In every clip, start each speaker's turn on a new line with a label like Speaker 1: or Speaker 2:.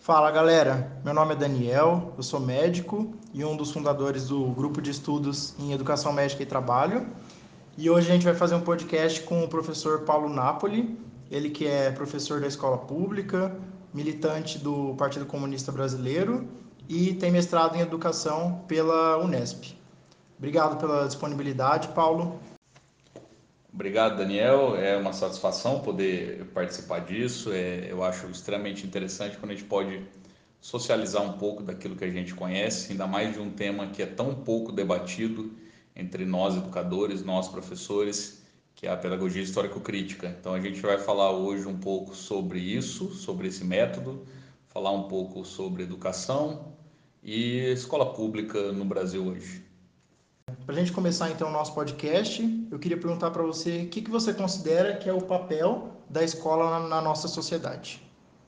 Speaker 1: Fala galera, meu nome é Daniel, eu sou médico e um dos fundadores do grupo de estudos em Educação Médica e Trabalho. E hoje a gente vai fazer um podcast com o professor Paulo Napoli, ele que é professor da escola pública, militante do Partido Comunista Brasileiro e tem mestrado em educação pela Unesp. Obrigado pela disponibilidade, Paulo.
Speaker 2: Obrigado, Daniel. É uma satisfação poder participar disso. Eu acho extremamente interessante quando a gente pode socializar um pouco daquilo que a gente conhece, ainda mais de um tema que é tão pouco debatido entre nós educadores, nós professores, que é a pedagogia histórico-crítica. Então a gente vai falar hoje um pouco sobre isso, sobre esse método, falar um pouco sobre educação e escola pública no Brasil hoje.
Speaker 1: Para a gente começar então o nosso podcast, eu queria perguntar para você o que você considera que é o papel da escola na nossa sociedade.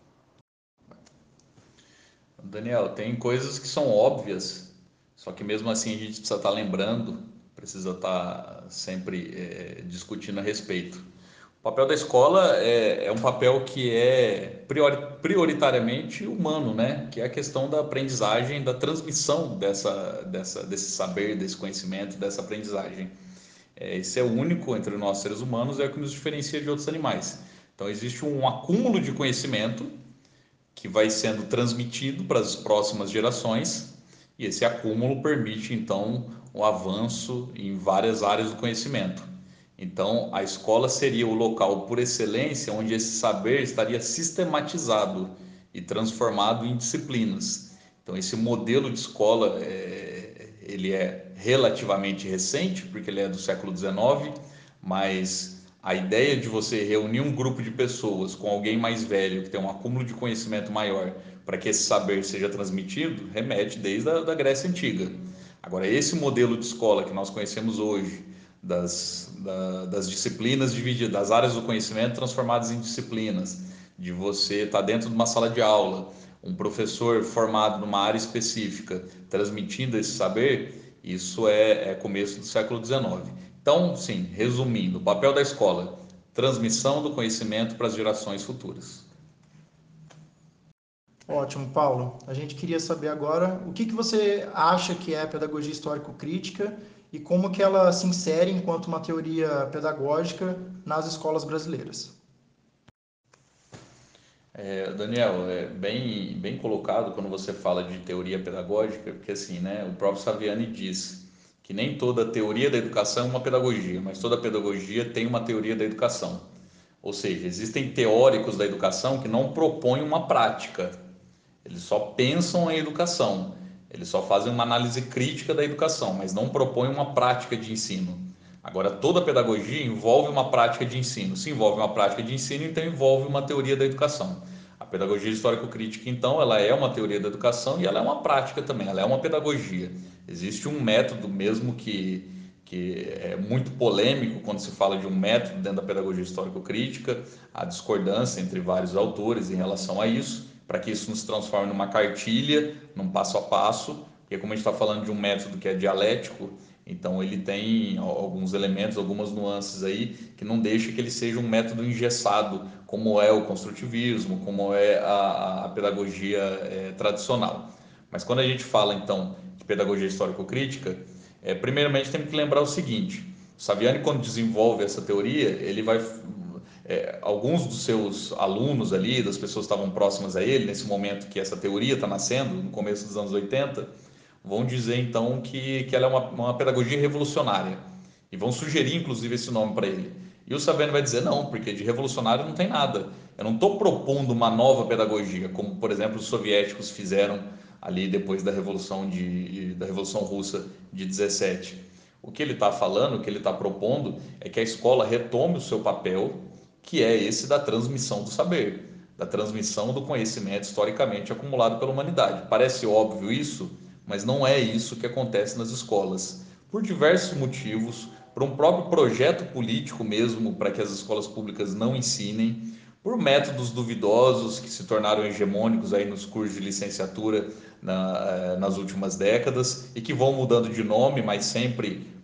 Speaker 2: Daniel, tem coisas que são óbvias, só que mesmo assim a gente precisa estar lembrando, precisa estar sempre discutindo a respeito. O papel da escola é um papel que é prioritariamente humano, né? Que é a questão da aprendizagem, da transmissão desse saber, desse conhecimento, dessa aprendizagem. Esse é o único entre nós seres humanos, é o que nos diferencia de outros animais. Então existe um acúmulo de conhecimento que vai sendo transmitido para as próximas gerações, e esse acúmulo permite então o avanço em várias áreas do conhecimento. Então, a escola seria o local por excelência onde esse saber estaria sistematizado e transformado em disciplinas. Então, esse modelo de escola ele é relativamente recente, porque ele é do século XIX, mas a ideia de você reunir um grupo de pessoas com alguém mais velho, que tem um acúmulo de conhecimento maior, para que esse saber seja transmitido, remete desde a da Grécia Antiga. Agora, esse modelo de escola que nós conhecemos hoje, das disciplinas divididas, das áreas do conhecimento transformadas em disciplinas, de você estar dentro de uma sala de aula, um professor formado numa área específica transmitindo esse saber, isso é começo do século XIX. Então, sim, resumindo, o papel da escola, transmissão do conhecimento para as gerações futuras.
Speaker 1: Ótimo, Paulo. A gente queria saber agora o que você acha que é a pedagogia histórico-crítica e como que ela se insere enquanto uma teoria pedagógica nas escolas brasileiras.
Speaker 2: Daniel, é bem colocado quando você fala de teoria pedagógica, porque assim, né, o próprio Saviani diz que nem toda teoria da educação é uma pedagogia, mas toda pedagogia tem uma teoria da educação. Ou seja, existem teóricos da educação que não propõem uma prática, eles só pensam a educação, eles só fazem uma análise crítica da educação, mas não propõem uma prática de ensino. Agora, toda pedagogia envolve uma prática de ensino. Se envolve uma prática de ensino, então envolve uma teoria da educação. A pedagogia histórico-crítica, então, ela é uma teoria da educação e ela é uma prática também, ela é uma pedagogia. Existe um método mesmo que é muito polêmico quando se fala de um método dentro da pedagogia histórico-crítica, a discordância entre vários autores em relação a isso, para que isso nos transforme numa cartilha, num passo a passo, porque como a gente está falando de um método que é dialético, então ele tem alguns elementos, algumas nuances aí que não deixa que ele seja um método engessado, como é o construtivismo, como é a pedagogia tradicional. Mas quando a gente fala então de pedagogia histórico-crítica, primeiramente temos que lembrar o seguinte: o Saviani, quando desenvolve essa teoria, ele vai alguns dos seus alunos ali, das pessoas que estavam próximas a ele, nesse momento que essa teoria está nascendo, no começo dos anos 80, vão dizer então que ela é uma pedagogia revolucionária e vão sugerir inclusive esse nome para ele. E o Saviani vai dizer não, porque de revolucionário não tem nada. Eu não estou propondo uma nova pedagogia, como por exemplo os soviéticos fizeram ali depois da Revolução Russa de 17. O que ele está falando, o que ele está propondo é que a escola retome o seu papel, que é esse da transmissão do saber, da transmissão do conhecimento historicamente acumulado pela humanidade. Parece óbvio isso, mas não é isso que acontece nas escolas. Por diversos motivos, por um próprio projeto político mesmo, para que as escolas públicas não ensinem, por métodos duvidosos que se tornaram hegemônicos aí nos cursos de licenciatura nas últimas décadas e que vão mudando de nome, mas sempre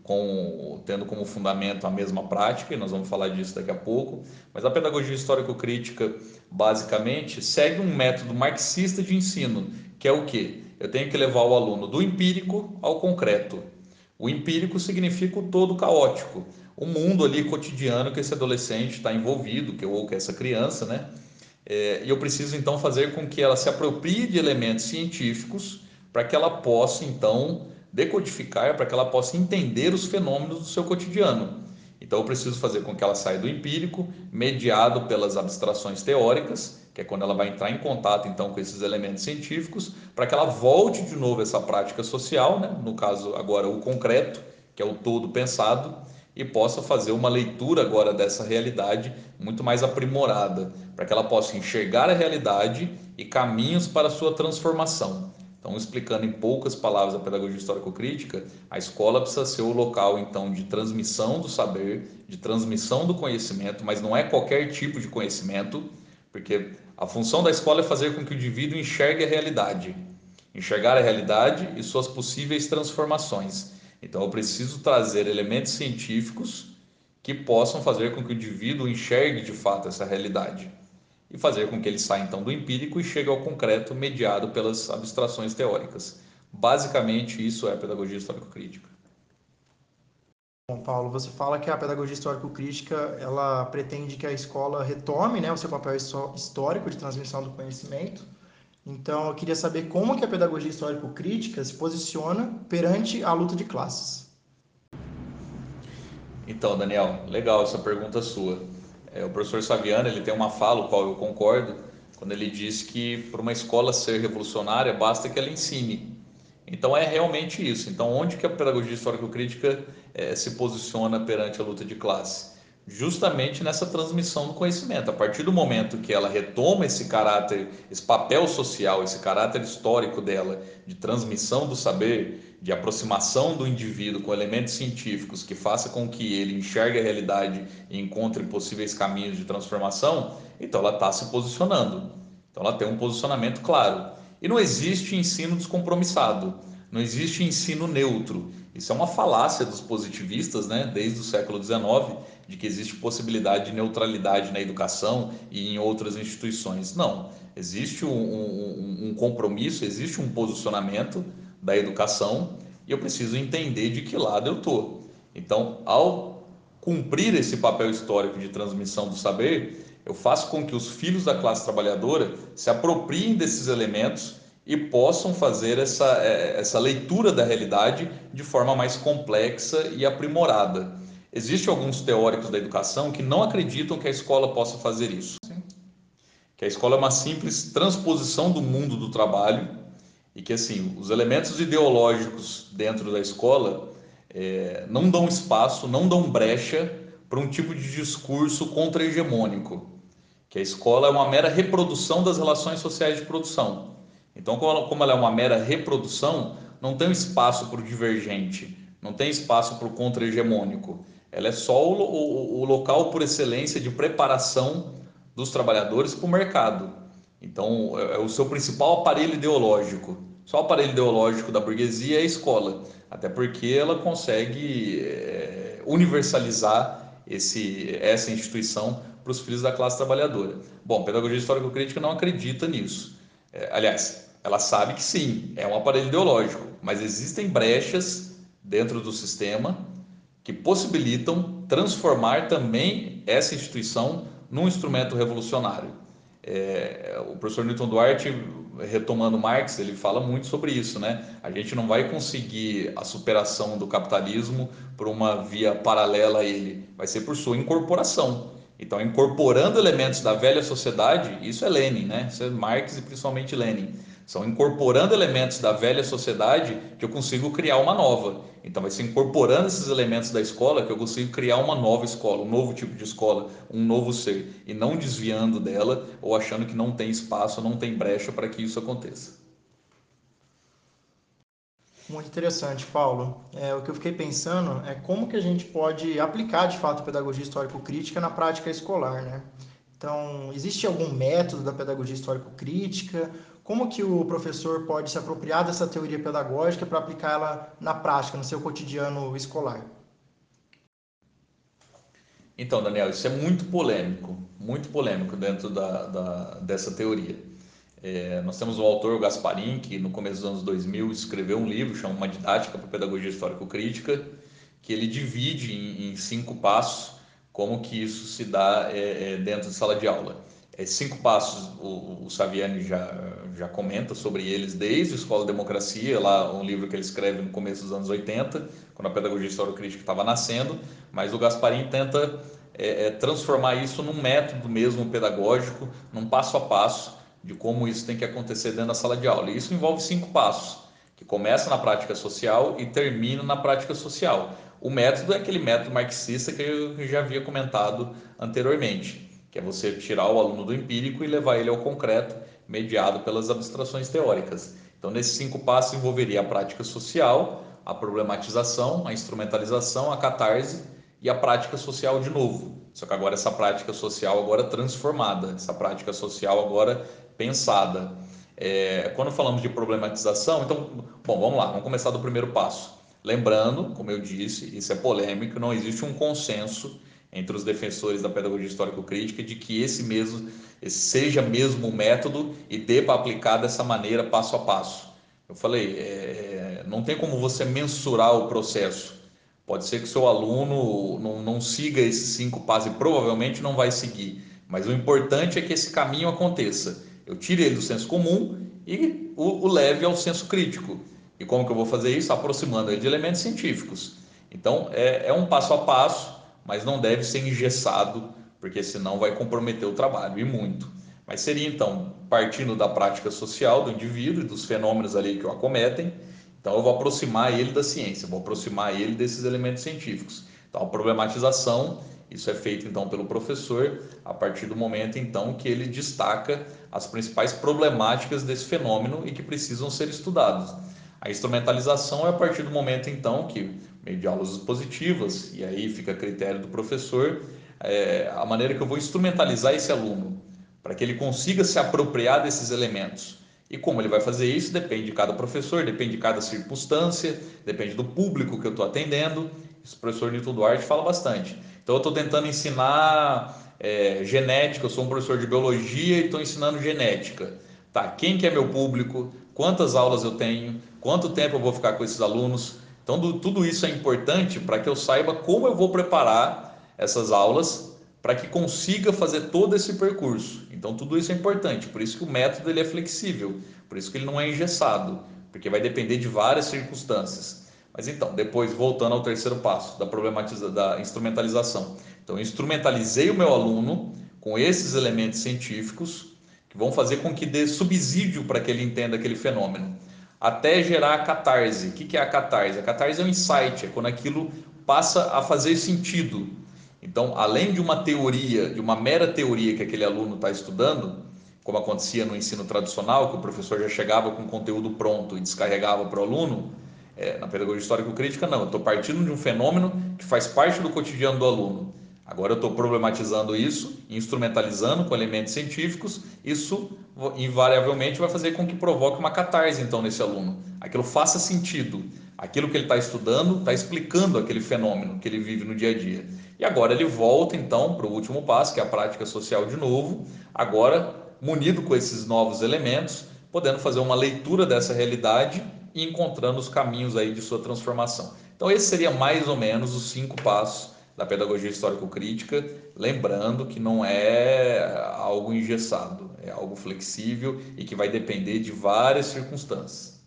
Speaker 2: tendo como fundamento a mesma prática, e nós vamos falar disso daqui a pouco, mas a pedagogia histórico-crítica, basicamente, segue um método marxista de ensino, que é o quê? Eu tenho que levar o aluno do empírico ao concreto. O empírico significa o todo caótico, o mundo ali cotidiano que esse adolescente está envolvido, ou que essa criança, né? E eu preciso então fazer com que ela se aproprie de elementos científicos para que ela possa então decodificar, para que ela possa entender os fenômenos do seu cotidiano. Então eu preciso fazer com que ela saia do empírico, mediado pelas abstrações teóricas, que é quando ela vai entrar em contato então com esses elementos científicos, para que ela volte de novo a essa prática social, né? No caso agora o concreto, que é o todo pensado, e possa fazer uma leitura agora dessa realidade muito mais aprimorada, para que ela possa enxergar a realidade e caminhos para a sua transformação. Então, explicando em poucas palavras a pedagogia histórico-crítica, a escola precisa ser o local, então, de transmissão do saber, de transmissão do conhecimento, mas não é qualquer tipo de conhecimento, porque a função da escola é fazer com que o indivíduo enxergue a realidade, enxergar a realidade e suas possíveis transformações. Então, eu preciso trazer elementos científicos que possam fazer com que o indivíduo enxergue de fato essa realidade e fazer com que ele saia então do empírico e chegue ao concreto mediado pelas abstrações teóricas. Basicamente, isso é a pedagogia histórico-crítica.
Speaker 1: Bom, Paulo, você fala que a pedagogia histórico-crítica ela pretende que a escola retome, né, o seu papel histórico de transmissão do conhecimento. Então, eu queria saber como que a pedagogia histórico-crítica se posiciona perante a luta de classes.
Speaker 2: Então, Daniel, legal essa pergunta sua. O professor Saviano ele tem uma fala, o qual eu concordo, quando ele diz que para uma escola ser revolucionária basta que ela ensine. Então é realmente isso. Então onde que a pedagogia histórico-crítica se posiciona perante a luta de classe? Justamente nessa transmissão do conhecimento. A partir do momento que ela retoma esse caráter, esse papel social, esse caráter histórico dela de transmissão do saber, de aproximação do indivíduo com elementos científicos que faça com que ele enxergue a realidade e encontre possíveis caminhos de transformação, então ela está se posicionando. Então ela tem um posicionamento claro. E não existe ensino descompromissado, não existe ensino neutro. Isso é uma falácia dos positivistas, né, desde o século XIX, de que existe possibilidade de neutralidade na educação e em outras instituições. Não, existe um compromisso, existe um posicionamento da educação e eu preciso entender de que lado eu estou. Então, ao cumprir esse papel histórico de transmissão do saber, eu faço com que os filhos da classe trabalhadora se apropriem desses elementos e possam fazer essa leitura da realidade de forma mais complexa e aprimorada. Existem alguns teóricos da educação que não acreditam que a escola possa fazer isso, que a escola é uma simples transposição do mundo do trabalho e que assim os elementos ideológicos dentro da escola não dão espaço, não dão brecha para um tipo de discurso contra-hegemônico, que a escola é uma mera reprodução das relações sociais de produção. Então, como ela é uma mera reprodução, não tem espaço para o divergente, não tem espaço para o contra-hegemônico. Ela é só o local por excelência de preparação dos trabalhadores para o mercado. Então, é o seu principal aparelho ideológico. Só o aparelho ideológico da burguesia é a escola, até porque ela consegue universalizar essa instituição para os filhos da classe trabalhadora. Bom, pedagogia histórico-crítica não acredita nisso. Aliás, ela sabe que sim, é um aparelho ideológico, mas existem brechas dentro do sistema que possibilitam transformar também essa instituição num instrumento revolucionário. O professor Newton Duarte, retomando Marx, ele fala muito sobre isso, né? A gente não vai conseguir a superação do capitalismo por uma via paralela a ele, vai ser por sua incorporação. Então, incorporando elementos da velha sociedade, isso é Lenin, né? Isso é Marx e principalmente Lenin. São incorporando elementos da velha sociedade que eu consigo criar uma nova. Então, vai ser incorporando esses elementos da escola que eu consigo criar uma nova escola, um novo tipo de escola, um novo ser. E não desviando dela ou achando que não tem espaço, não tem brecha para que isso aconteça.
Speaker 1: Muito interessante, Paulo. O que eu fiquei pensando é como que a gente pode aplicar, de fato, a pedagogia histórico-crítica na prática escolar, né? Então, existe algum método da pedagogia histórico-crítica? como que o professor pode se apropriar dessa teoria pedagógica para aplicar ela na prática, no seu cotidiano escolar?
Speaker 2: Então, Daniel, isso é muito polêmico dentro dessa teoria. Nós temos o autor Gasparin, que no começo dos anos 2000 escreveu um livro chamado Uma Didática para a Pedagogia Histórico-Crítica, que ele divide em 5 passos como que isso se dá dentro de sala de aula. Esses 5 passos o Saviani já comenta sobre eles desde a Escola de Democracia, lá um livro que ele escreve no começo dos anos 80, quando a pedagogia histórico-crítica estava nascendo, mas o Gasparin tenta transformar isso num método mesmo pedagógico, num passo a passo de como isso tem que acontecer dentro da sala de aula. E isso envolve 5 passos, que começa na prática social e termina na prática social. O método é aquele método marxista que eu já havia comentado anteriormente, que é você tirar o aluno do empírico e levar ele ao concreto, mediado pelas abstrações teóricas. Então, nesses 5 passos envolveria a prática social, a problematização, a instrumentalização, a catarse e a prática social de novo. Só que agora essa prática social agora transformada, essa prática social agora pensada. Quando falamos de problematização, então, bom, vamos lá, vamos começar do primeiro passo. Lembrando, como eu disse, isso é polêmico, não existe um consenso entre os defensores da pedagogia histórico-crítica de que esse seja mesmo o método e dê para aplicar dessa maneira, passo a passo. Eu falei, não tem como você mensurar o processo. Pode ser que seu aluno não siga esses 5 passos e provavelmente não vai seguir, mas o importante é que esse caminho aconteça. Eu tire ele do senso comum e o leve ao senso crítico. E como que eu vou fazer isso? Aproximando ele de elementos científicos. Então, é um passo a passo, mas não deve ser engessado, porque senão vai comprometer o trabalho, e muito. Mas seria, então, partindo da prática social do indivíduo e dos fenômenos ali que o acometem, então eu vou aproximar ele da ciência, vou aproximar ele desses elementos científicos. Então, a problematização, isso é feito então pelo professor a partir do momento então que ele destaca as principais problemáticas desse fenômeno e que precisam ser estudados. A instrumentalização é a partir do momento então que, meio de aulas expositivas, e aí fica a critério do professor, a maneira que eu vou instrumentalizar esse aluno para que ele consiga se apropriar desses elementos. E como ele vai fazer isso depende de cada professor, depende de cada circunstância, depende do público que eu estou atendendo. Isso o professor Newton Duarte fala bastante. Então eu estou tentando ensinar genética, eu sou um professor de biologia e estou ensinando genética. Tá, quem que é meu público? Quantas aulas eu tenho? Quanto tempo eu vou ficar com esses alunos? Então tudo isso é importante para que eu saiba como eu vou preparar essas aulas para que consiga fazer todo esse percurso. Então tudo isso é importante, por isso que o método ele é flexível, por isso que ele não é engessado, porque vai depender de várias circunstâncias. Mas então, depois voltando ao terceiro passo da instrumentalização. Então eu instrumentalizei o meu aluno com esses elementos científicos que vão fazer com que dê subsídio para que ele entenda aquele fenômeno, até gerar a catarse. O que é a catarse? A catarse é um insight, é quando aquilo passa a fazer sentido. Então, além de uma teoria, de uma mera teoria que aquele aluno está estudando, como acontecia no ensino tradicional, que o professor já chegava com o conteúdo pronto e descarregava para o aluno, na pedagogia histórico-crítica, não. Eu estou partindo de um fenômeno que faz parte do cotidiano do aluno. Agora eu estou problematizando isso, instrumentalizando com elementos científicos, isso invariavelmente vai fazer com que provoque uma catarse então nesse aluno. Aquilo faça sentido, aquilo que ele está estudando está explicando aquele fenômeno que ele vive no dia a dia. E agora ele volta então para o último passo, que é a prática social de novo, agora munido com esses novos elementos, podendo fazer uma leitura dessa realidade e encontrando os caminhos aí de sua transformação. Então esse seria mais ou menos os 5 passos da pedagogia histórico-crítica, lembrando que não é algo engessado, é algo flexível e que vai depender de várias circunstâncias.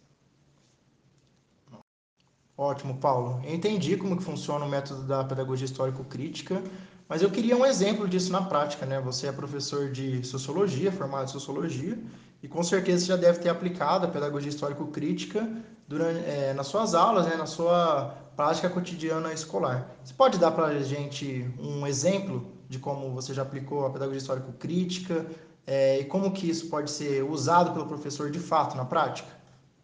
Speaker 1: Ótimo, Paulo. Eu entendi como que funciona o método da pedagogia histórico-crítica, mas eu queria um exemplo disso na prática, né? Você é professor de sociologia, formado em sociologia, e com certeza você já deve ter aplicado a pedagogia histórico-crítica nas suas aulas, né? Na sua prática cotidiana escolar. Você pode dar para a gente um exemplo de como você já aplicou a pedagogia histórico-crítica, e como que isso pode ser usado pelo professor de fato na prática?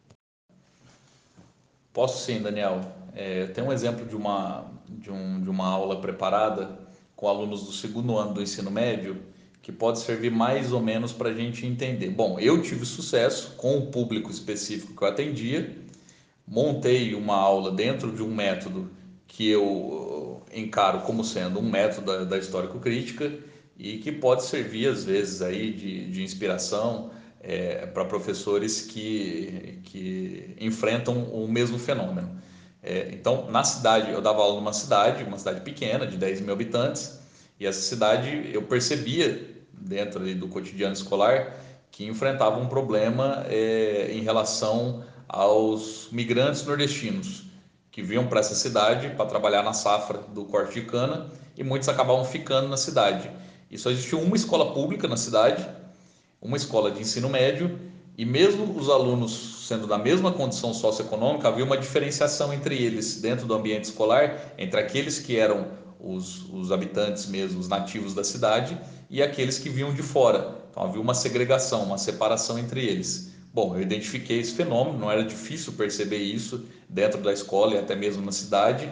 Speaker 2: Posso sim, Daniel. Tem um exemplo de uma aula preparada com alunos do segundo ano do ensino médio, que pode servir mais ou menos para a gente entender. Bom, eu tive sucesso com o público específico que eu atendia, montei uma aula dentro de um método que eu encaro como sendo um método da histórico-crítica e que pode servir às vezes aí de inspiração para professores que enfrentam o mesmo fenômeno. Então, na cidade, eu dava aula numa uma cidade pequena, de 10 mil habitantes, e essa cidade eu percebia, dentro ali do cotidiano escolar, que enfrentava um problema em relação aos migrantes nordestinos, que vinham para essa cidade para trabalhar na safra do corte de cana, e muitos acabavam ficando na cidade. E só existia uma escola pública na cidade, uma escola de ensino médio, e mesmo os alunos sendo da mesma condição socioeconômica, havia uma diferenciação entre eles dentro do ambiente escolar, entre aqueles que eram os habitantes mesmo, os nativos da cidade, e aqueles que vinham de fora. Então havia uma segregação, uma separação entre eles. Bom, eu identifiquei esse fenômeno, não era difícil perceber isso dentro da escola e até mesmo na cidade.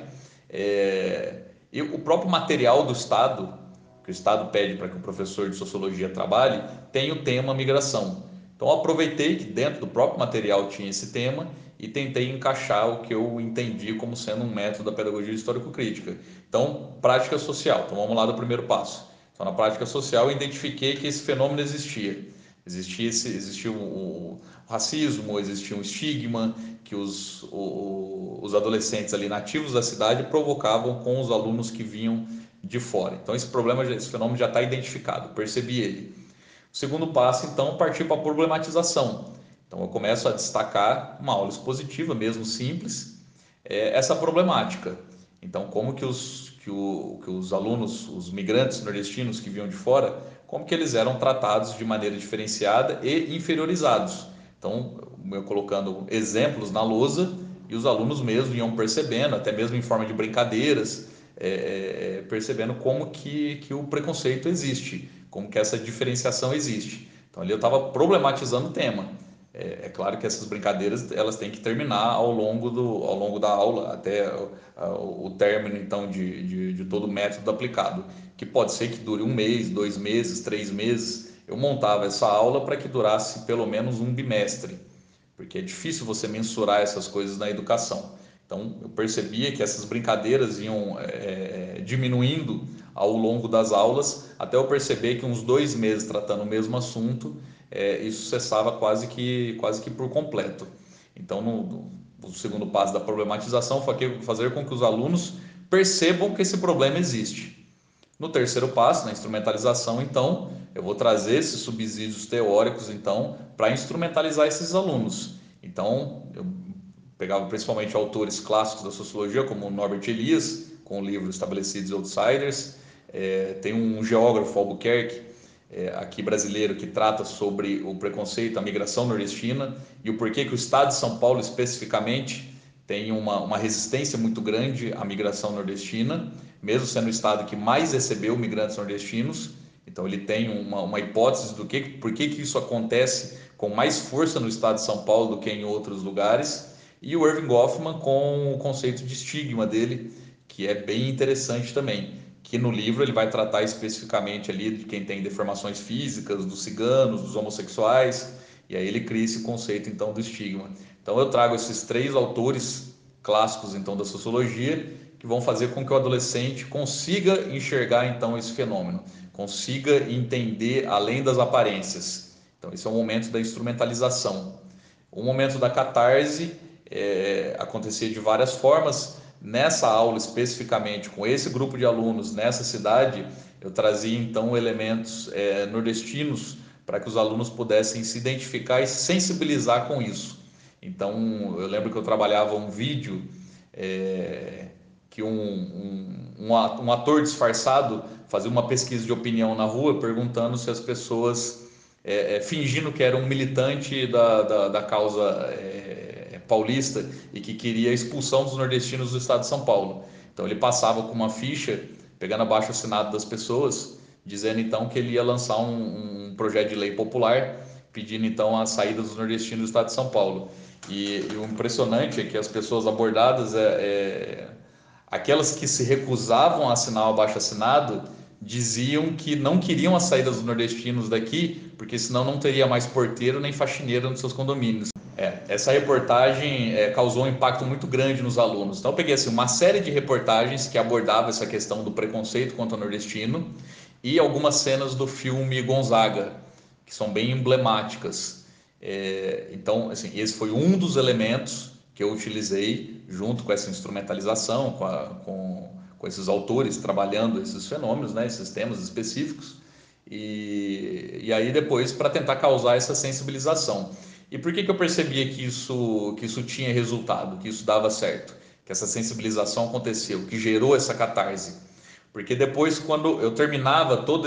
Speaker 2: E o próprio material do Estado, que o Estado pede para que o professor de sociologia trabalhe, tem o tema migração. Então eu aproveitei que dentro do próprio material tinha esse tema e tentei encaixar o que eu entendi como sendo um método da pedagogia histórico-crítica. Então, prática social. Então vamos lá do primeiro passo. Então, na prática social, eu identifiquei que esse fenômeno existia. Existia o racismo, existia um estigma que os adolescentes ali nativos da cidade provocavam com os alunos que vinham de fora. Então esse problema, esse fenômeno já está identificado, percebi ele. O segundo passo, então, partir para a problematização. Então eu começo a destacar uma aula expositiva, mesmo simples, essa problemática. Então como que os alunos, os migrantes nordestinos que vinham de fora, como que eles eram tratados de maneira diferenciada e inferiorizados. Então eu colocando exemplos na lousa e os alunos mesmo iam percebendo, até mesmo em forma de brincadeiras, percebendo como que o preconceito existe, como que essa diferenciação existe. Então ali eu estava problematizando o tema. É claro que essas brincadeiras elas têm que terminar ao longo da aula, até o término então de todo o método aplicado, que pode ser que dure um mês, 2 meses, 3 meses. Eu montava essa aula para que durasse pelo menos um bimestre, porque é difícil você mensurar essas coisas na educação. Então, eu percebia que essas brincadeiras iam diminuindo ao longo das aulas, até eu perceber que uns 2 meses tratando o mesmo assunto, isso cessava quase que por completo. Então, o segundo passo da problematização foi fazer com que os alunos percebam que esse problema existe. No terceiro passo, na instrumentalização, então, eu vou trazer esses subsídios teóricos, então, para instrumentalizar esses alunos. Então, eu pegava principalmente autores clássicos da sociologia, como Norbert Elias, com o livro Estabelecidos e Outsiders. Tem um geógrafo, Albuquerque, aqui brasileiro, que trata sobre o preconceito, a migração nordestina e o porquê que o estado de São Paulo, especificamente, tem uma resistência muito grande à migração nordestina, mesmo sendo o estado que mais recebeu migrantes nordestinos. Então ele tem uma hipótese do por que isso acontece com mais força no estado de São Paulo do que em outros lugares. E o Irving Goffman com o conceito de estigma dele, que é bem interessante também, que no livro ele vai tratar especificamente ali de quem tem deformações físicas, dos ciganos, dos homossexuais, e aí ele cria esse conceito então do estigma. Então eu trago esses 3 autores clássicos então da sociologia que vão fazer com que o adolescente consiga enxergar então esse fenômeno, consiga entender além das aparências. Então esse é o momento da instrumentalização. O momento da catarse acontecia de várias formas. Nessa aula especificamente com esse grupo de alunos nessa cidade, eu trazia então elementos nordestinos para que os alunos pudessem se identificar e se sensibilizar com isso. Então eu lembro que eu trabalhava um vídeo que um ator disfarçado fazia uma pesquisa de opinião na rua perguntando se as pessoas fingindo que era um militante da causa paulista e que queria a expulsão dos nordestinos do estado de São Paulo. Então ele passava com uma ficha, pegando abaixo assinado das pessoas, dizendo então que ele ia lançar um projeto de lei popular, pedindo então a saída dos nordestinos do estado de São Paulo. E o impressionante é que as pessoas abordadas, aquelas que se recusavam a assinar o abaixo assinado, diziam que não queriam a saída dos nordestinos daqui, porque senão não teria mais porteiro nem faxineiro nos seus condomínios. Essa reportagem causou um impacto muito grande nos alunos. Então eu peguei assim, uma série de reportagens que abordavam essa questão do preconceito contra o nordestino e algumas cenas do filme Gonzaga, que são bem emblemáticas. Então, assim, esse foi um dos elementos que eu utilizei junto com essa instrumentalização, com esses autores trabalhando esses fenômenos, né, esses temas específicos, e aí depois para tentar causar essa sensibilização. E por que eu percebia que isso tinha resultado, que isso dava certo, que essa sensibilização aconteceu, que gerou essa catarse? Porque depois, quando eu terminava todo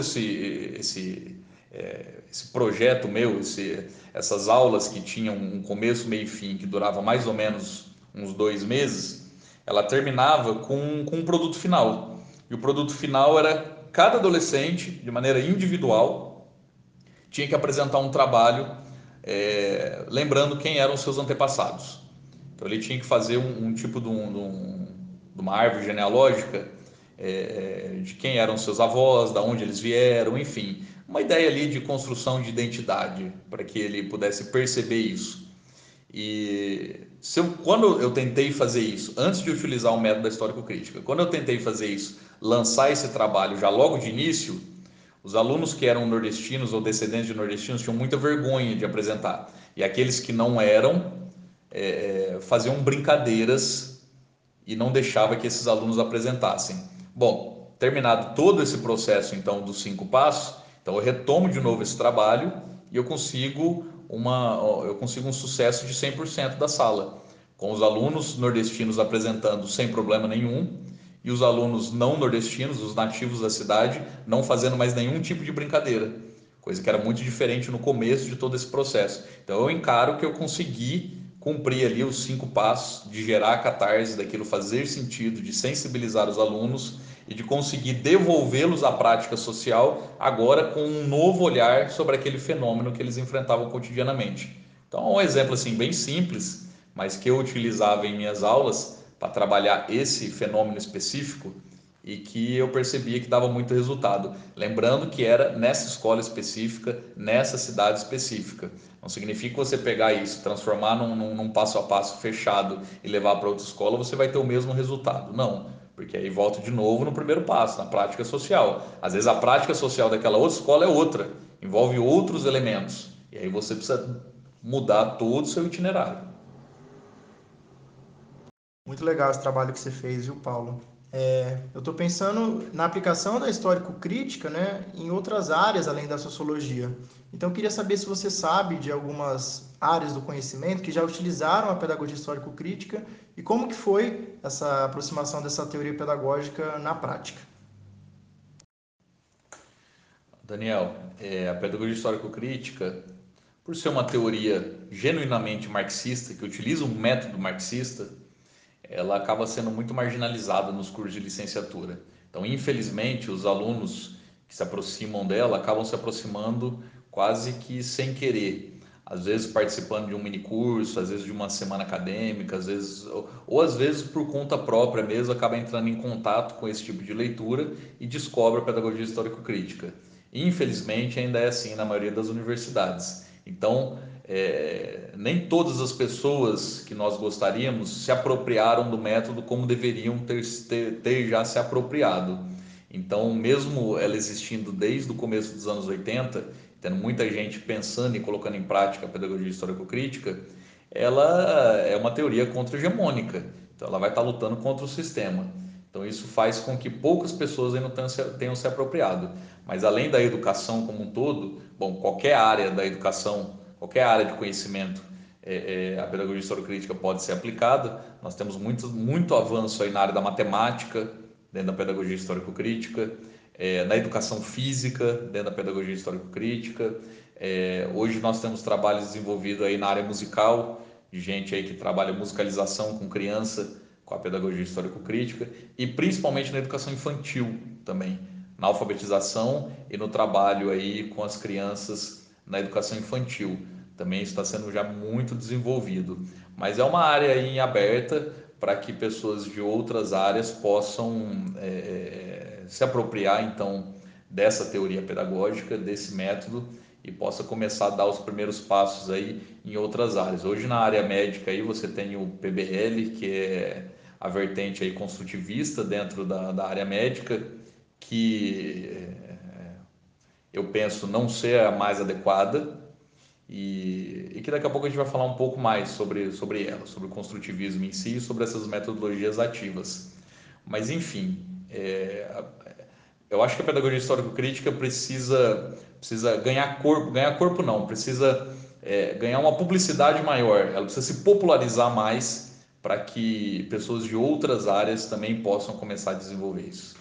Speaker 2: esse projeto meu, essas aulas que tinham um começo, meio e fim, que durava mais ou menos uns 2 meses, ela terminava com um produto final. E o produto final era cada adolescente, de maneira individual, tinha que apresentar um trabalho lembrando quem eram os seus antepassados. Então ele tinha que fazer um tipo de uma árvore genealógica de quem eram seus avós, da onde eles vieram, enfim, uma ideia ali de construção de identidade para que ele pudesse perceber isso. E quando eu tentei fazer isso, antes de utilizar o método da histórico-crítica, quando eu tentei fazer isso, lançar esse trabalho já logo de início, os alunos que eram nordestinos ou descendentes de nordestinos tinham muita vergonha de apresentar. E aqueles que não eram faziam brincadeiras e não deixava que esses alunos apresentassem. Bom, terminado todo esse processo então dos 5 passos, então eu retomo de novo esse trabalho e eu consigo um sucesso de 100% da sala, com os alunos nordestinos apresentando sem problema nenhum e os alunos não nordestinos, os nativos da cidade, não fazendo mais nenhum tipo de brincadeira, coisa que era muito diferente no começo de todo esse processo. Então eu encaro que eu consegui cumprir ali os 5 passos de gerar a catarse, daquilo fazer sentido, de sensibilizar os alunos e de conseguir devolvê-los à prática social agora com um novo olhar sobre aquele fenômeno que eles enfrentavam cotidianamente. Então, um exemplo assim bem simples, mas que eu utilizava em minhas aulas para trabalhar esse fenômeno específico e que eu percebia que dava muito resultado. Lembrando que era nessa escola específica, nessa cidade específica. Não significa que você pegar isso, transformar num passo a passo fechado e levar para outra escola, você vai ter o mesmo resultado. Não, porque aí volta de novo no primeiro passo, na prática social. Às vezes a prática social daquela outra escola é outra, envolve outros elementos. E aí você precisa mudar todo o seu itinerário.
Speaker 1: Muito legal esse trabalho que você fez, viu, Paulo? Eu estou pensando na aplicação da histórico-crítica, né, em outras áreas além da sociologia. Então, eu queria saber se você sabe de algumas áreas do conhecimento que já utilizaram a pedagogia histórico-crítica e como que foi essa aproximação dessa teoria pedagógica na prática.
Speaker 2: Daniel, a pedagogia histórico-crítica, por ser uma teoria genuinamente marxista, que utiliza um método marxista, ela acaba sendo muito marginalizada nos cursos de licenciatura. Então, infelizmente, os alunos que se aproximam dela acabam se aproximando quase que sem querer. Às vezes participando de um mini curso, às vezes de uma semana acadêmica, às vezes ou às vezes por conta própria mesmo acaba entrando em contato com esse tipo de leitura e descobre a pedagogia histórico-crítica. Infelizmente ainda é assim na maioria das universidades. Então, nem todas as pessoas que nós gostaríamos se apropriaram do método como deveriam ter já se apropriado. Então, mesmo ela existindo desde o começo dos anos 80, tendo muita gente pensando e colocando em prática a pedagogia histórico-crítica, ela é uma teoria contra-hegemônica. Então, ela vai estar lutando contra o sistema. Então, isso faz com que poucas pessoas ainda tenham se apropriado. Mas, além da educação como um todo, bom, qualquer área da educação, qualquer área de conhecimento, a pedagogia histórico-crítica pode ser aplicada. Nós temos muito avanço aí na área da matemática, dentro da pedagogia histórico-crítica, na educação física, dentro da pedagogia histórico-crítica. Hoje nós temos trabalhos desenvolvidos aí na área musical, de gente aí que trabalha musicalização com criança, com a pedagogia histórico-crítica, e principalmente na educação infantil também, na alfabetização e no trabalho aí com as crianças na educação infantil. Também está sendo já muito desenvolvido, mas é uma área aí em aberta para que pessoas de outras áreas possam se apropriar então dessa teoria pedagógica, desse método, e possa começar a dar os primeiros passos aí em outras áreas. Hoje na área médica aí você tem o PBL, que é a vertente aí construtivista dentro da área médica, que eu penso não ser a mais adequada, e que daqui a pouco a gente vai falar um pouco mais sobre ela, sobre o construtivismo em si e sobre essas metodologias ativas. Mas enfim, eu acho que a pedagogia histórico-crítica precisa ganhar corpo não, precisa ganhar uma publicidade maior, ela precisa se popularizar mais para que pessoas de outras áreas também possam começar a desenvolver isso.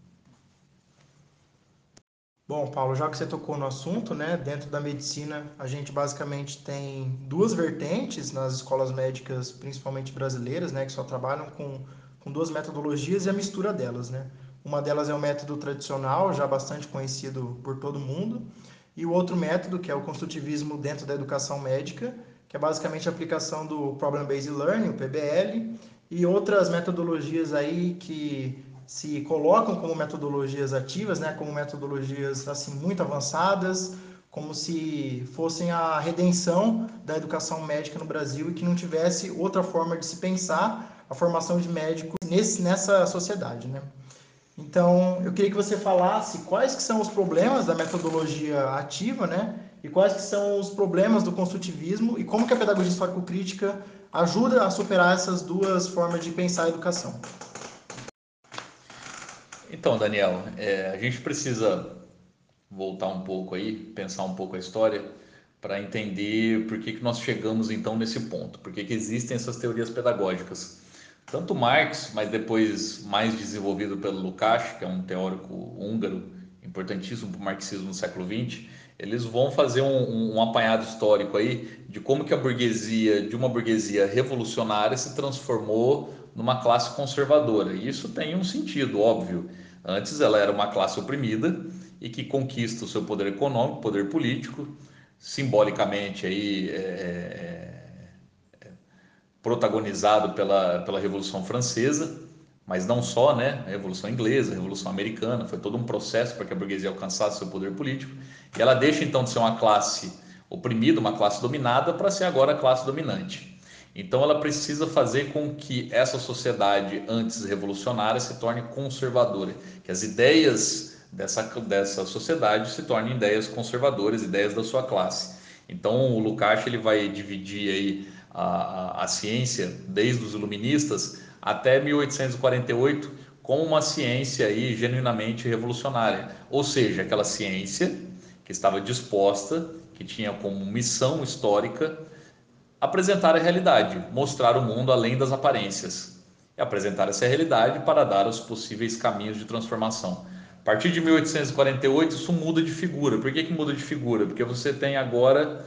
Speaker 1: Bom, Paulo, já que você tocou no assunto, né, dentro da medicina, a gente basicamente tem duas vertentes nas escolas médicas, principalmente brasileiras, né, que só trabalham com duas metodologias e a mistura delas, né? Uma delas é o método tradicional, já bastante conhecido por todo mundo, e o outro método, que é o construtivismo dentro da educação médica, que é basicamente a aplicação do Problem-Based Learning, o PBL, e outras metodologias aí que se colocam como metodologias ativas, né, como metodologias assim muito avançadas, como se fossem a redenção da educação médica no Brasil e que não tivesse outra forma de se pensar a formação de médicos nessa sociedade, né? Então, eu queria que você falasse quais que são os problemas da metodologia ativa, né? E quais que são os problemas do construtivismo e como que a pedagogia histórico-crítica ajuda a superar essas duas formas de pensar a educação.
Speaker 2: Então, Daniel, a gente precisa voltar um pouco aí, pensar um pouco a história para entender por que nós chegamos então nesse ponto, por que existem essas teorias pedagógicas. Tanto Marx, mas depois mais desenvolvido pelo Lukács, que é um teórico húngaro importantíssimo para o marxismo no século XX, eles vão fazer um apanhado histórico aí de como que a burguesia, de uma burguesia revolucionária, se transformou numa classe conservadora. E isso tem um sentido, óbvio. Antes ela era uma classe oprimida e que conquista o seu poder econômico, poder político, simbolicamente aí protagonizado pela Revolução Francesa, mas não só, né? A Revolução Inglesa, a Revolução Americana, foi todo um processo para que a burguesia alcançasse seu poder político. E ela deixa então de ser uma classe oprimida, uma classe dominada, para ser agora a classe dominante. Então ela precisa fazer com que essa sociedade antes revolucionária se torne conservadora, que as ideias dessa sociedade se tornem ideias conservadoras, ideias da sua classe. Então o Lukács ele vai dividir aí a ciência desde os iluministas até 1848 como uma ciência aí genuinamente revolucionária, ou seja, aquela ciência que estava disposta, que tinha como missão histórica apresentar a realidade, mostrar o mundo além das aparências e apresentar essa realidade para dar os possíveis caminhos de transformação. A partir de 1848 isso muda de figura. Por que muda de figura? Porque você tem agora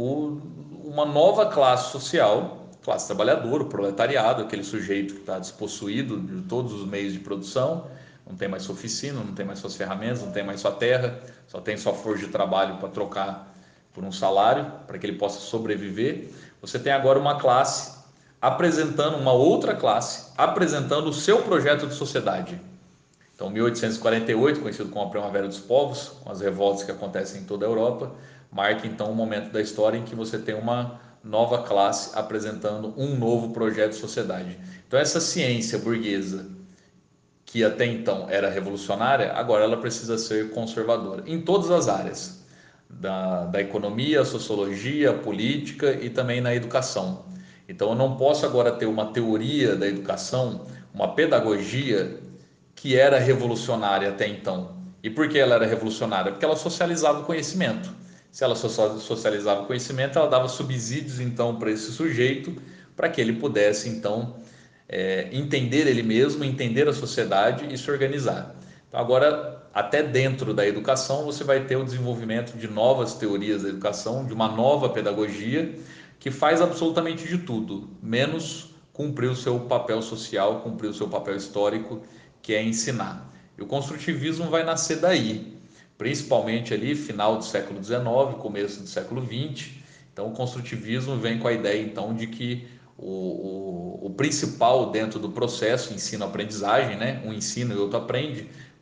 Speaker 2: uma nova classe social, classe trabalhadora, o proletariado, aquele sujeito que está despossuído de todos os meios de produção, não tem mais sua oficina, não tem mais suas ferramentas, não tem mais sua terra, só tem sua força de trabalho para trocar por um salário, para que ele possa sobreviver. Você tem agora uma classe apresentando, uma outra classe, apresentando o seu projeto de sociedade. Então, 1848, conhecido como a Primavera dos Povos, com as revoltas que acontecem em toda a Europa, marca então um momento da história em que você tem uma nova classe apresentando um novo projeto de sociedade. Então, essa ciência burguesa, que até então era revolucionária, agora ela precisa ser conservadora, em todas as áreas, da economia, sociologia, política e também na educação. Então, eu não posso agora ter uma teoria da educação, uma pedagogia que era revolucionária até então. E por que ela era revolucionária? Porque ela socializava o conhecimento. Se ela socializava o conhecimento, ela dava subsídios então para esse sujeito, para que ele pudesse então entender ele mesmo, entender a sociedade e se organizar. Então, agora, até dentro da educação, você vai ter o desenvolvimento de novas teorias da educação, de uma nova pedagogia que faz absolutamente de tudo, menos cumprir o seu papel social, cumprir o seu papel histórico, que é ensinar. E o construtivismo vai nascer daí, principalmente ali final do século XIX, começo do século XX. Então, o construtivismo vem com a ideia então de que o principal dentro do processo ensino-aprendizagem, né? Um ensina e outro aprende,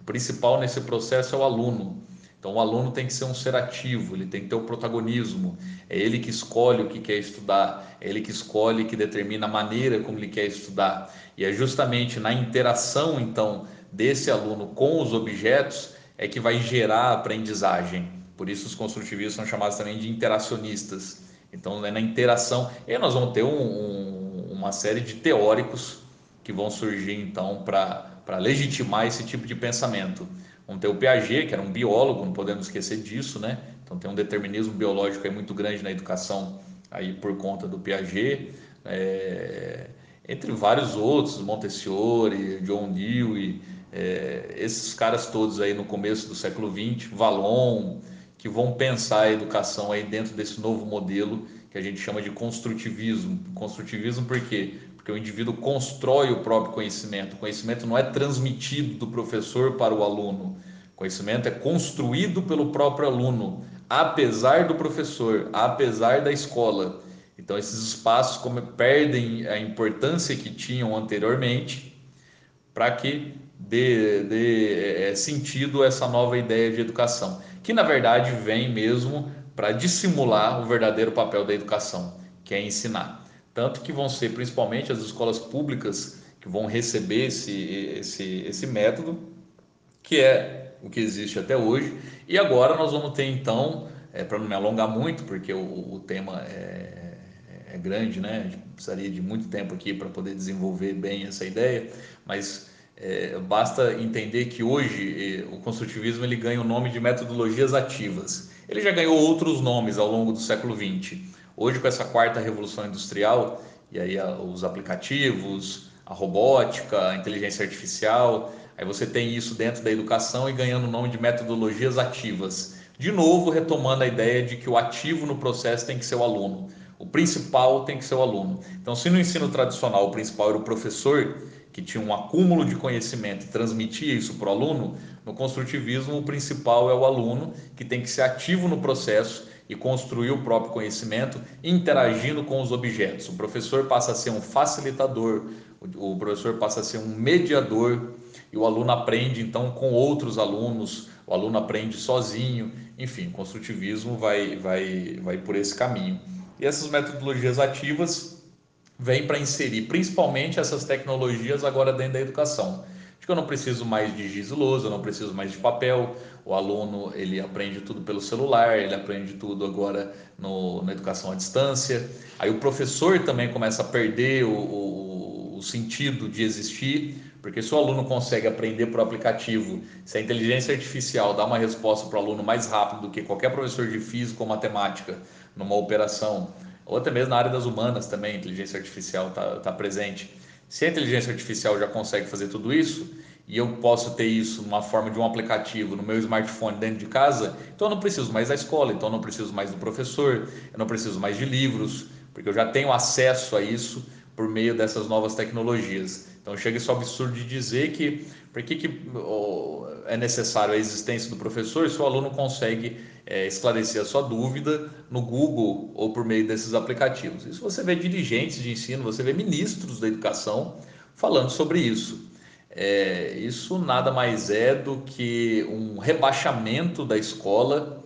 Speaker 2: O principal nesse processo é o aluno. Então, o aluno tem que ser um ser ativo, ele tem que ter o protagonismo. É ele que escolhe o que quer estudar, é ele que escolhe, que determina a maneira como ele quer estudar. E é justamente na interação, então, desse aluno com os objetos é que vai gerar a aprendizagem. Por isso, os construtivistas são chamados também de interacionistas. Então, é na interação. E aí nós vamos ter uma série de teóricos que vão surgir, então, para legitimar esse tipo de pensamento. Vamos ter o Piaget, que era um biólogo, não podemos esquecer disso, né? Então tem um determinismo biológico aí muito grande na educação aí por conta do Piaget, entre vários outros, Montessori, John Dewey, esses caras todos aí no começo do século XX, Vallon, que vão pensar a educação aí dentro desse novo modelo que a gente chama de construtivismo. Construtivismo por quê? Porque o indivíduo constrói o próprio conhecimento. O conhecimento não é transmitido do professor para o aluno. O conhecimento é construído pelo próprio aluno, apesar do professor, apesar da escola. Então, esses espaços perdem a importância que tinham anteriormente para que dê sentido a essa nova ideia de educação, que na verdade vem mesmo para dissimular o verdadeiro papel da educação, que é ensinar. Tanto que vão ser principalmente as escolas públicas que vão receber esse método, que é o que existe até hoje. E agora nós vamos ter então, para não me alongar muito, porque o tema é grande, né? A gente precisaria de muito tempo aqui para poder desenvolver bem essa ideia, mas basta entender que hoje o construtivismo ele ganha o nome de metodologias ativas. Ele já ganhou outros nomes ao longo do século XX. Hoje, com essa quarta revolução industrial, e aí os aplicativos, a robótica, a inteligência artificial, aí você tem isso dentro da educação e ganhando o nome de metodologias ativas. De novo, retomando a ideia de que o ativo no processo tem que ser o aluno. O principal tem que ser o aluno. Então, se no ensino tradicional o principal era o professor, que tinha um acúmulo de conhecimento e transmitia isso para o aluno, no construtivismo o principal é o aluno, que tem que ser ativo no processo e construir o próprio conhecimento, interagindo com os objetos. O professor passa a ser um facilitador, o professor passa a ser um mediador, e o aluno aprende então com outros alunos, o aluno aprende sozinho, enfim, o construtivismo vai por esse caminho. E essas metodologias ativas vêm para inserir principalmente essas tecnologias agora dentro da educação. Acho que eu não preciso mais de giz e lousa, eu não preciso mais de papel. O aluno ele aprende tudo pelo celular, ele aprende tudo agora na educação à distância. Aí o professor também começa a perder o sentido de existir, porque se o aluno consegue aprender por aplicativo, se a inteligência artificial dá uma resposta para o aluno mais rápido do que qualquer professor de física ou matemática numa operação, ou até mesmo na área das humanas também, a inteligência artificial está presente. Se a inteligência artificial já consegue fazer tudo isso, e eu posso ter isso numa forma de um aplicativo no meu smartphone dentro de casa, então eu não preciso mais da escola, então eu não preciso mais do professor, eu não preciso mais de livros, porque eu já tenho acesso a isso por meio dessas novas tecnologias. Então chega esse absurdo de dizer que por que é necessário a existência do professor se o aluno consegue esclarecer a sua dúvida no Google ou por meio desses aplicativos. Isso você vê dirigentes de ensino, você vê ministros da educação falando sobre isso. Isso nada mais é do que um rebaixamento da escola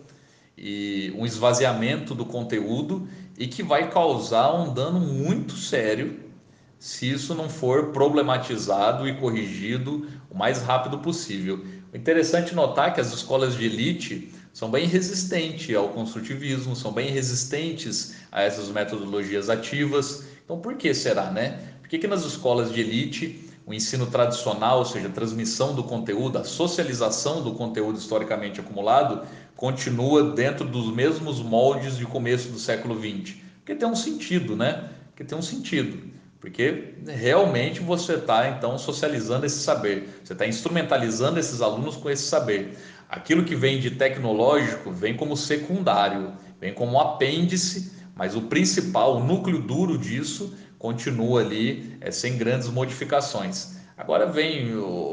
Speaker 2: e um esvaziamento do conteúdo e que vai causar um dano muito sério se isso não for problematizado e corrigido o mais rápido possível. O interessante é notar que as escolas de elite são bem resistentes ao construtivismo, são bem resistentes a essas metodologias ativas. Então, por que será, né? Por que nas escolas de elite o ensino tradicional, ou seja, a transmissão do conteúdo, a socialização do conteúdo historicamente acumulado, continua dentro dos mesmos moldes de começo do século XX? Porque tem um sentido, né? Porque tem um sentido. Porque realmente você está então socializando esse saber, você está instrumentalizando esses alunos com esse saber. Aquilo que vem de tecnológico vem como secundário, vem como apêndice, mas o principal, o núcleo duro disso, continua ali sem grandes modificações. Agora vem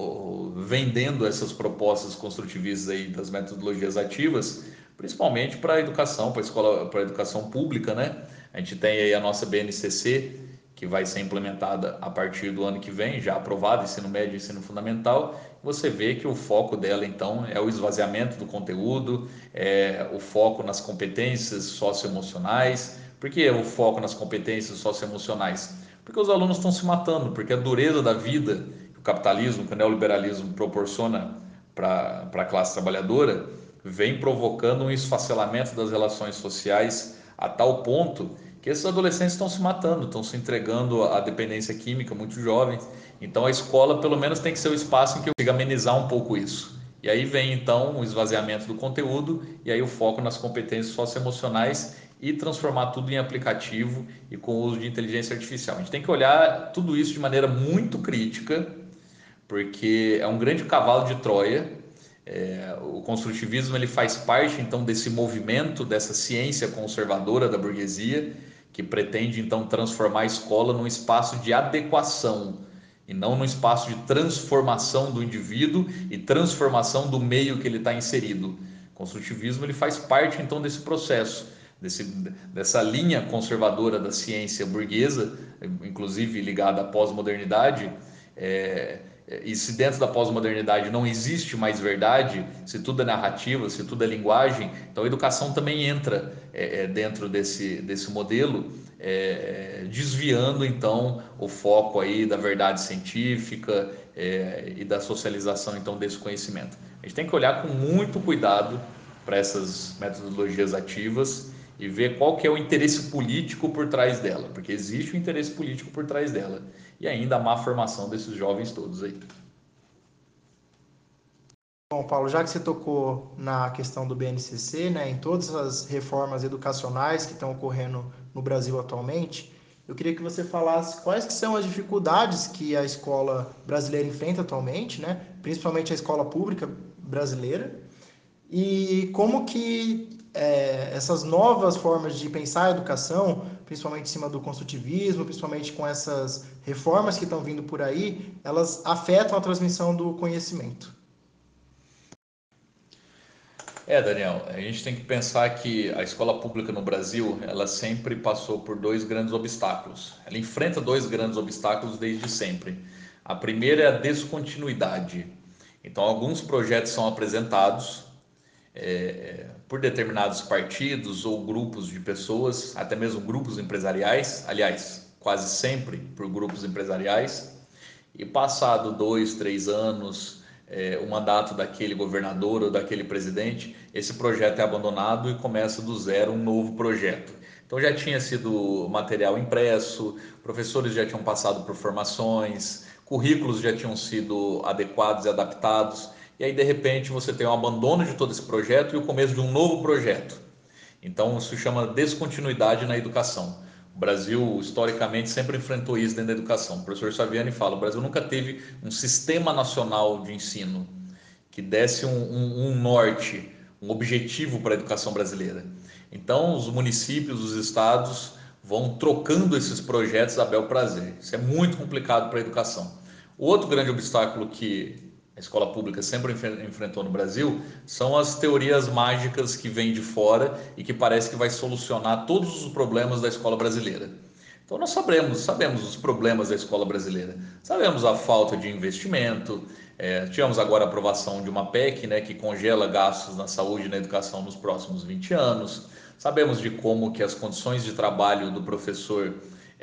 Speaker 2: vendendo essas propostas construtivistas aí das metodologias ativas, principalmente para a educação, para a escola, para a educação pública, né? A gente tem aí a nossa BNCC, que vai ser implementada a partir do ano que vem, já aprovada, ensino médio e ensino fundamental. Você vê que o foco dela, então, é o esvaziamento do conteúdo, é o foco nas competências socioemocionais. Por que o foco nas competências socioemocionais? Porque os alunos estão se matando, porque a dureza da vida que o capitalismo, que o neoliberalismo proporciona para a classe trabalhadora, vem provocando um esfacelamento das relações sociais a tal ponto que esses adolescentes estão se matando, estão se entregando à dependência química muito jovens. Então a escola pelo menos tem que ser o espaço em que eu consiga amenizar um pouco isso. E aí vem então o esvaziamento do conteúdo e aí o foco nas competências socioemocionais e transformar tudo em aplicativo e com o uso de inteligência artificial. A gente tem que olhar tudo isso de maneira muito crítica, porque é um grande cavalo de Troia. O construtivismo ele faz parte então desse movimento, dessa ciência conservadora da burguesia, que pretende então transformar a escola num espaço de adequação e não num espaço de transformação do indivíduo e transformação do meio que ele está inserido. O construtivismo ele faz parte então desse processo, dessa linha conservadora da ciência burguesa, inclusive ligada à pós-modernidade. E se dentro da pós-modernidade não existe mais verdade, se tudo é narrativa, se tudo é linguagem, então a educação também entra dentro desse modelo, desviando então o foco aí da verdade científica e da socialização então desse conhecimento. A gente tem que olhar com muito cuidado para essas metodologias ativas e ver qual que é o interesse político por trás dela, porque existe um interesse político por trás dela e ainda a má formação desses jovens todos aí.
Speaker 1: Bom, Paulo, já que você tocou na questão do BNCC, né, em todas as reformas educacionais que estão ocorrendo no Brasil atualmente, eu queria que você falasse quais que são as dificuldades que a escola brasileira enfrenta atualmente, né, principalmente a escola pública brasileira, e como que essas novas formas de pensar a educação, principalmente em cima do construtivismo, principalmente com essas reformas que estão vindo por aí, elas afetam a transmissão do conhecimento.
Speaker 2: Daniel, a gente tem que pensar que a escola pública no Brasil, ela sempre passou por dois grandes obstáculos. Ela enfrenta dois grandes obstáculos desde sempre. A primeira é a descontinuidade. Então, alguns projetos são apresentados por determinados partidos ou grupos de pessoas, até mesmo grupos empresariais, aliás, quase sempre por grupos empresariais, e passado 2, 3 anos, o mandato daquele governador ou daquele presidente, esse projeto é abandonado e começa do zero um novo projeto. Então já tinha sido material impresso, professores já tinham passado por formações, currículos já tinham sido adequados e adaptados, e aí de repente você tem o abandono de todo esse projeto e o começo de um novo projeto. Então isso chama descontinuidade na educação. O Brasil, historicamente, sempre enfrentou isso dentro da educação. O professor Saviani fala, o Brasil nunca teve um sistema nacional de ensino que desse um norte, um objetivo para a educação brasileira. Então, os municípios, os estados vão trocando esses projetos a bel prazer. Isso é muito complicado para a educação. O outro grande obstáculo que a escola pública sempre enfrentou no Brasil são as teorias mágicas que vêm de fora e que parece que vai solucionar todos os problemas da escola brasileira. Então nós sabemos os problemas da escola brasileira, sabemos a falta de investimento, tivemos agora a aprovação de uma PEC, né, que congela gastos na saúde e na educação nos próximos 20 anos, sabemos de como que as condições de trabalho do professor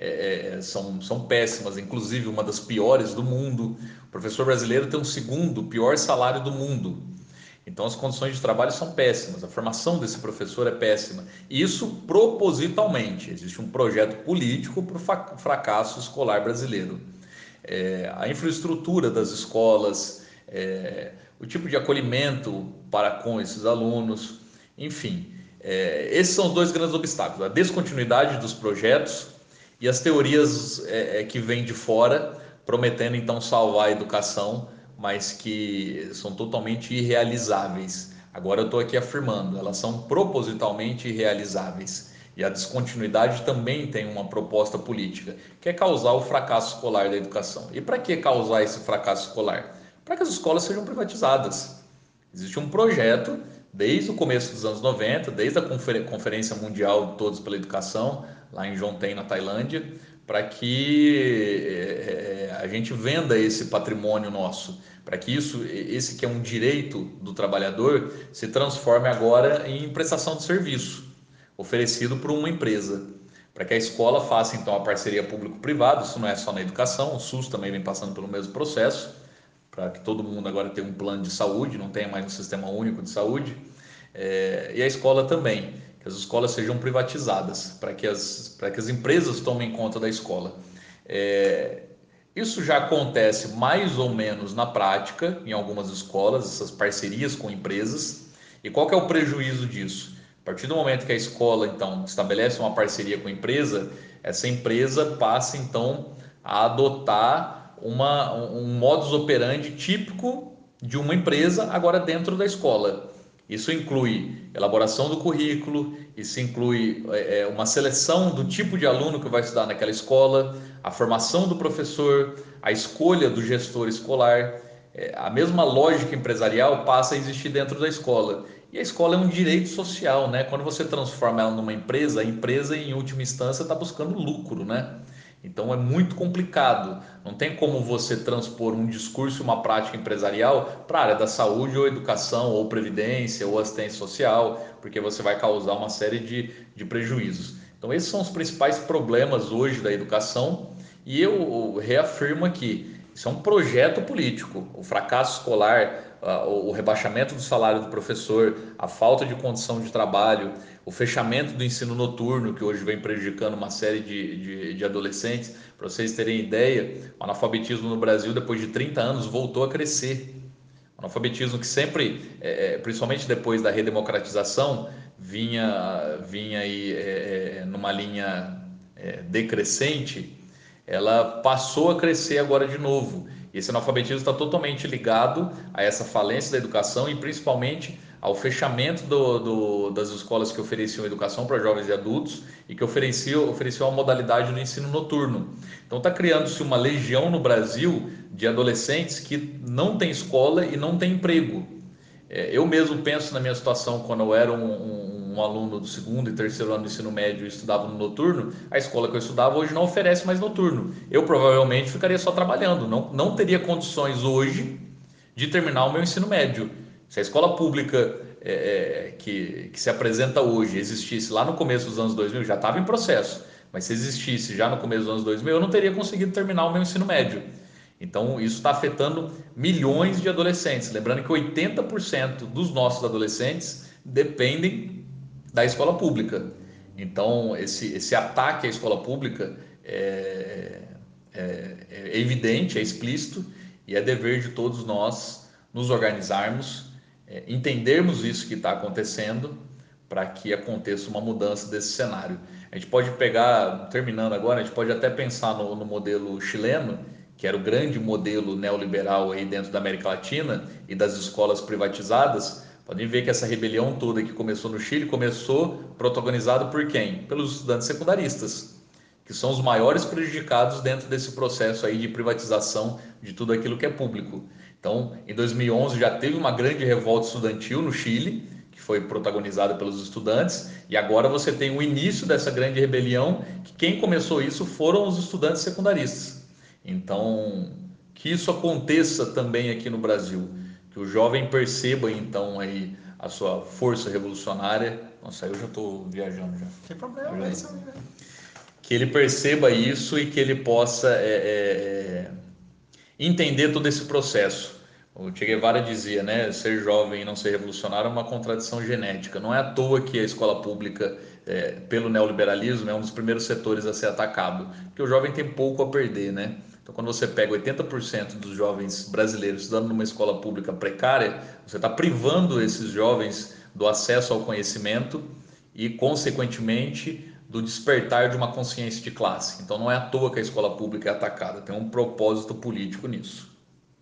Speaker 2: são péssimas, inclusive uma das piores do mundo. O professor brasileiro tem o segundo pior salário do mundo. Então as condições de trabalho são péssimas, a formação desse professor é péssima. E isso propositalmente, existe um projeto político para o fracasso escolar brasileiro. A infraestrutura das escolas, o tipo de acolhimento para com esses alunos, enfim. Esses são os dois grandes obstáculos, a descontinuidade dos projetos e as teorias que vêm de fora, prometendo então salvar a educação, mas que são totalmente irrealizáveis. Agora eu estou aqui afirmando, elas são propositalmente irrealizáveis. E a descontinuidade também tem uma proposta política, que é causar o fracasso escolar da educação. E para que causar esse fracasso escolar? Para que as escolas sejam privatizadas. Existe um projeto, desde o começo dos anos 90, desde a Conferência Mundial de Todos pela Educação, lá em Jomtien, na Tailândia, para que a gente venda esse patrimônio nosso, para que esse que é um direito do trabalhador, se transforme agora em prestação de serviço oferecido por uma empresa, para que a escola faça então a parceria público-privado. Isso não é só na educação, o SUS também vem passando pelo mesmo processo, para que todo mundo agora tenha um plano de saúde, não tenha mais um sistema único de saúde, e a escola também, que as escolas sejam privatizadas, para que as empresas tomem conta da escola. Isso já acontece mais ou menos na prática, em algumas escolas, essas parcerias com empresas. E qual que é o prejuízo disso? A partir do momento que a escola, então, estabelece uma parceria com a empresa, essa empresa passa, então, a adotar um modus operandi típico de uma empresa, agora dentro da escola. Isso inclui elaboração do currículo, isso inclui uma seleção do tipo de aluno que vai estudar naquela escola, a formação do professor, a escolha do gestor escolar. A mesma lógica empresarial passa a existir dentro da escola. E a escola é um direito social, né? Quando você transforma ela numa empresa, a empresa, em última instância, está buscando lucro, né? Então é muito complicado. Não tem como você transpor um discurso e uma prática empresarial para a área da saúde ou educação ou previdência ou assistência social, porque você vai causar uma série de prejuízos. Então esses são os principais problemas hoje da educação, e eu reafirmo aqui, isso é um projeto político. O fracasso escolar, o rebaixamento do salário do professor, a falta de condição de trabalho, o fechamento do ensino noturno, que hoje vem prejudicando uma série de adolescentes. Para vocês terem ideia, o analfabetismo no Brasil, depois de 30 anos, voltou a crescer. O analfabetismo que sempre, principalmente depois da redemocratização, vinha aí numa linha decrescente, ela passou a crescer agora de novo. Esse analfabetismo está totalmente ligado a essa falência da educação e principalmente ao fechamento das escolas que ofereciam educação para jovens e adultos e que ofereciam a modalidade do ensino noturno. Então está criando-se uma legião no Brasil de adolescentes que não tem escola e não tem emprego. Eu mesmo penso na minha situação quando eu era um aluno do segundo e terceiro ano do ensino médio e estudava no noturno. A escola que eu estudava hoje não oferece mais noturno. Eu provavelmente ficaria só trabalhando, não teria condições hoje de terminar o meu ensino médio. Se a escola pública que se apresenta hoje existisse lá no começo dos anos 2000, já estava em processo, mas se existisse já no começo dos anos 2000, eu não teria conseguido terminar o meu ensino médio. Então, isso está afetando milhões de adolescentes. Lembrando que 80% dos nossos adolescentes dependem da escola pública. Então, esse ataque à escola pública é evidente, é explícito, e é dever de todos nós nos organizarmos, entendermos isso que está acontecendo, para que aconteça uma mudança desse cenário. A gente pode pegar, terminando agora, a gente pode até pensar no modelo chileno, que era o grande modelo neoliberal aí dentro da América Latina e das escolas privatizadas. Podem ver que essa rebelião toda que começou no Chile começou protagonizado por quem? Pelos estudantes secundaristas, que são os maiores prejudicados dentro desse processo aí de privatização de tudo aquilo que é público. Então, em 2011 já teve uma grande revolta estudantil no Chile, que foi protagonizada pelos estudantes, e agora você tem o início dessa grande rebelião, que quem começou isso foram os estudantes secundaristas. Então, que isso aconteça também aqui no Brasil, que o jovem perceba então aí a sua força revolucionária. Nossa, eu já estou viajando já.
Speaker 1: Sem problema, é isso aí, né?
Speaker 2: Que ele perceba isso e que ele possa entender todo esse processo. O Che Guevara dizia, né, ser jovem e não ser revolucionário é uma contradição genética. Não é à toa que a escola pública, pelo neoliberalismo, é um dos primeiros setores a ser atacado, porque o jovem tem pouco a perder, né? Então, quando você pega 80% dos jovens brasileiros estudando numa escola pública precária, você está privando esses jovens do acesso ao conhecimento e, consequentemente, do despertar de uma consciência de classe. Então, não é à toa que a escola pública é atacada, tem um propósito político nisso.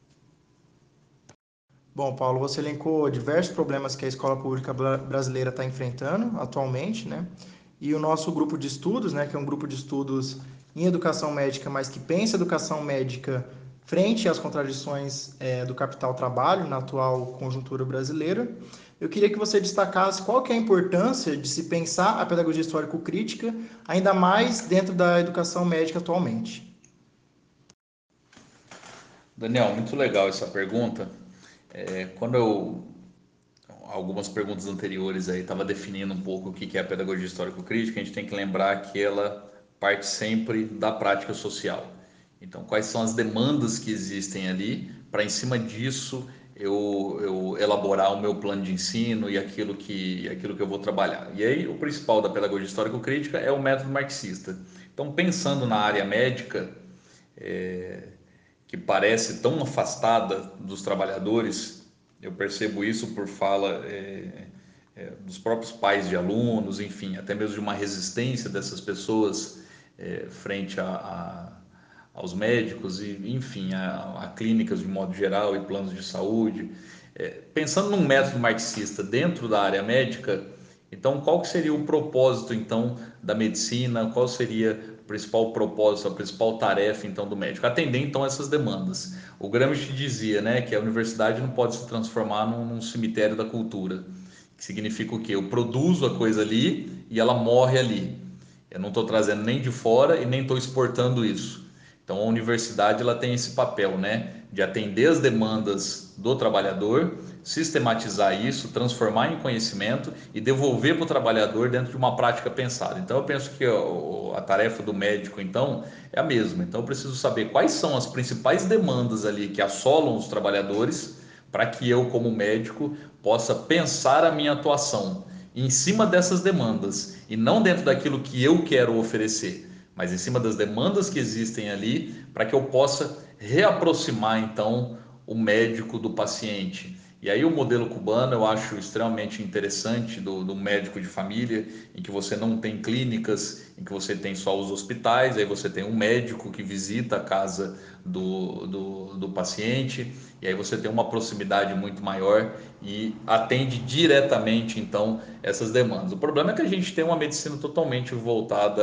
Speaker 1: Bom, Paulo, você elencou diversos problemas que a escola pública brasileira está enfrentando atualmente, né? E o nosso grupo de estudos, né, que é um grupo de estudos em educação médica, mas que pensa educação médica frente às contradições do capital trabalho na atual conjuntura brasileira, eu queria que você destacasse qual que é a importância de se pensar a pedagogia histórico-crítica, ainda mais dentro da educação médica atualmente.
Speaker 2: Daniel, muito legal essa pergunta. Quando algumas perguntas anteriores aí estava definindo um pouco o que é a pedagogia histórico-crítica, a gente tem que lembrar que ela parte sempre da prática social. Então, quais são as demandas que existem ali para, em cima disso, eu elaborar o meu plano de ensino e aquilo que eu vou trabalhar. E aí, o principal da pedagogia histórico-crítica é o método marxista. Então, pensando na área médica, que parece tão afastada dos trabalhadores, eu percebo isso por fala dos próprios pais de alunos, enfim, até mesmo de uma resistência dessas pessoas frente aos médicos e, enfim, a clínicas de modo geral e planos de saúde. Pensando num método marxista dentro da área médica, então qual que seria o propósito então da medicina? Qual seria o principal propósito, a principal tarefa então do médico? Atender então essas demandas. O Gramsci dizia, né, que a universidade não pode se transformar num cemitério da cultura, que significa o quê? Eu produzo a coisa ali e ela morre ali. Eu não estou trazendo nem de fora e nem estou exportando isso. Então a universidade ela tem esse papel, né, de atender as demandas do trabalhador, sistematizar isso, transformar em conhecimento e devolver para o trabalhador dentro de uma prática pensada. Então eu penso que a tarefa do médico então é a mesma. Então eu preciso saber quais são as principais demandas ali que assolam os trabalhadores para que eu como médico possa pensar a minha atuação em cima dessas demandas e não dentro daquilo que eu quero oferecer, mas em cima das demandas que existem ali, para que eu possa reaproximar então o médico do paciente. E aí o modelo cubano eu acho extremamente interessante do médico de família, em que você não tem clínicas, em que você tem só os hospitais, aí você tem um médico que visita a casa do paciente, e aí você tem uma proximidade muito maior e atende diretamente então essas demandas. O problema é que a gente tem uma medicina totalmente voltada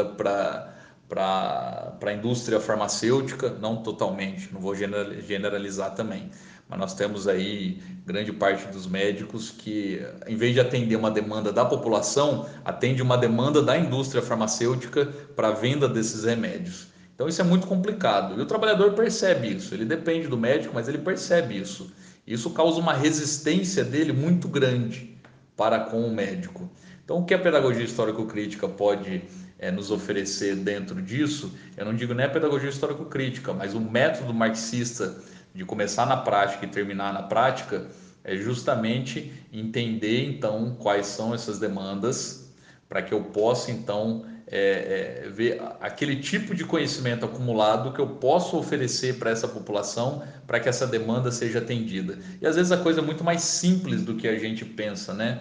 Speaker 2: para a indústria farmacêutica, não totalmente, não vou generalizar também, mas nós temos aí grande parte dos médicos que, em vez de atender uma demanda da população, atende uma demanda da indústria farmacêutica para a venda desses remédios. Então isso é muito complicado e o trabalhador percebe isso, ele depende do médico, mas ele percebe isso. Isso causa uma resistência dele muito grande para com o médico. Então, o que a pedagogia histórico-crítica pode nos oferecer dentro disso, eu não digo nem a pedagogia histórico-crítica, mas o método marxista de começar na prática e terminar na prática é justamente entender então quais são essas demandas para que eu possa então ver aquele tipo de conhecimento acumulado que eu posso oferecer para essa população para que essa demanda seja atendida. E às vezes a coisa é muito mais simples do que a gente pensa, né?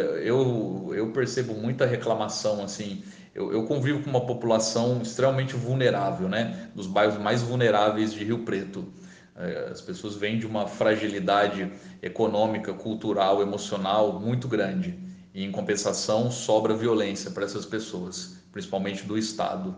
Speaker 2: Eu percebo muita reclamação assim. Eu convivo com uma população extremamente vulnerável, né? Dos bairros mais vulneráveis de Rio Preto. As pessoas vêm de uma fragilidade econômica, cultural, emocional muito grande. E em compensação sobra violência para essas pessoas, principalmente do Estado.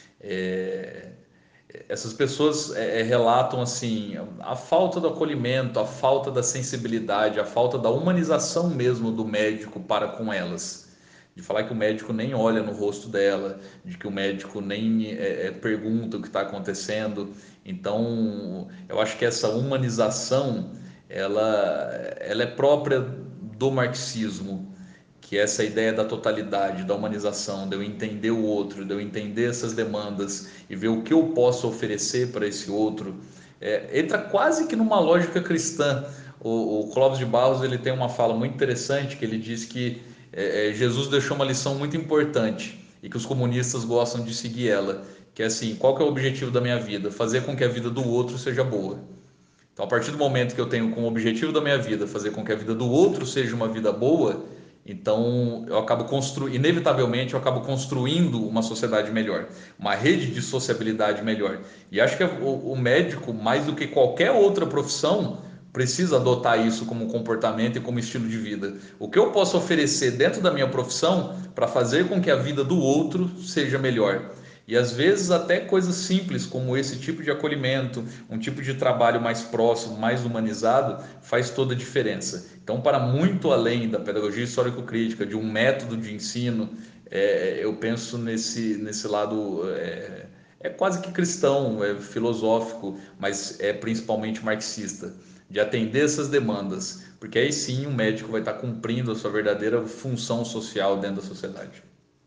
Speaker 2: É, Essas pessoas relatam assim a falta do acolhimento, a falta da sensibilidade, a falta da humanização mesmo do médico para com elas. De falar que o médico nem olha no rosto dela, de que o médico nem pergunta o que está acontecendo. Então, eu acho que essa humanização ela é própria do marxismo, que é essa ideia da totalidade, da humanização, de eu entender o outro, de eu entender essas demandas e ver o que eu posso oferecer para esse outro, entra quase que numa lógica cristã. O Clóvis de Barros ele tem uma fala muito interessante que ele diz que Jesus deixou uma lição muito importante e que os comunistas gostam de seguir ela, que é assim, qual que é o objetivo da minha vida? Fazer com que a vida do outro seja boa. Então, a partir do momento que eu tenho como objetivo da minha vida fazer com que a vida do outro seja uma vida boa, então eu acabo inevitavelmente eu acabo construindo uma sociedade melhor, uma rede de sociabilidade melhor. E acho que o médico, mais do que qualquer outra profissão, precisa adotar isso como comportamento e como estilo de vida. O que eu posso oferecer dentro da minha profissão para fazer com que a vida do outro seja melhor? E às vezes até coisas simples como esse tipo de acolhimento, um tipo de trabalho mais próximo, mais humanizado, faz toda a diferença. Então, para muito além da pedagogia histórico-crítica, de um método de ensino, eu penso nesse lado quase que cristão, é filosófico, mas é principalmente marxista, de atender essas demandas, porque aí sim o médico vai estar cumprindo a sua verdadeira função social dentro da sociedade.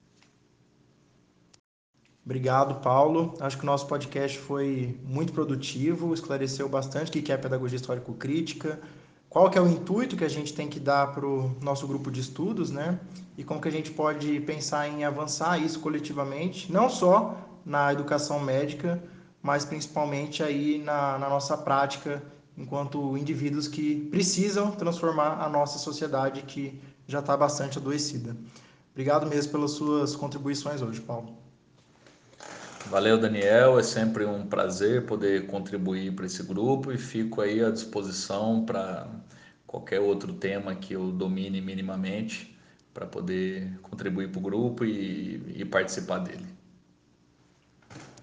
Speaker 1: Obrigado, Paulo. Acho que o nosso podcast foi muito produtivo, esclareceu bastante o que é pedagogia histórico-crítica, qual que é o intuito que a gente tem que dar para o nosso grupo de estudos, né? E como que a gente pode pensar em avançar isso coletivamente, não só na educação médica, mas principalmente aí na nossa prática enquanto indivíduos que precisam transformar a nossa sociedade que já está bastante adoecida. Obrigado mesmo pelas suas contribuições hoje, Paulo.
Speaker 2: Valeu, Daniel. É sempre um prazer poder contribuir para esse grupo e fico aí à disposição para qualquer outro tema que eu domine minimamente para poder contribuir para o grupo e participar dele.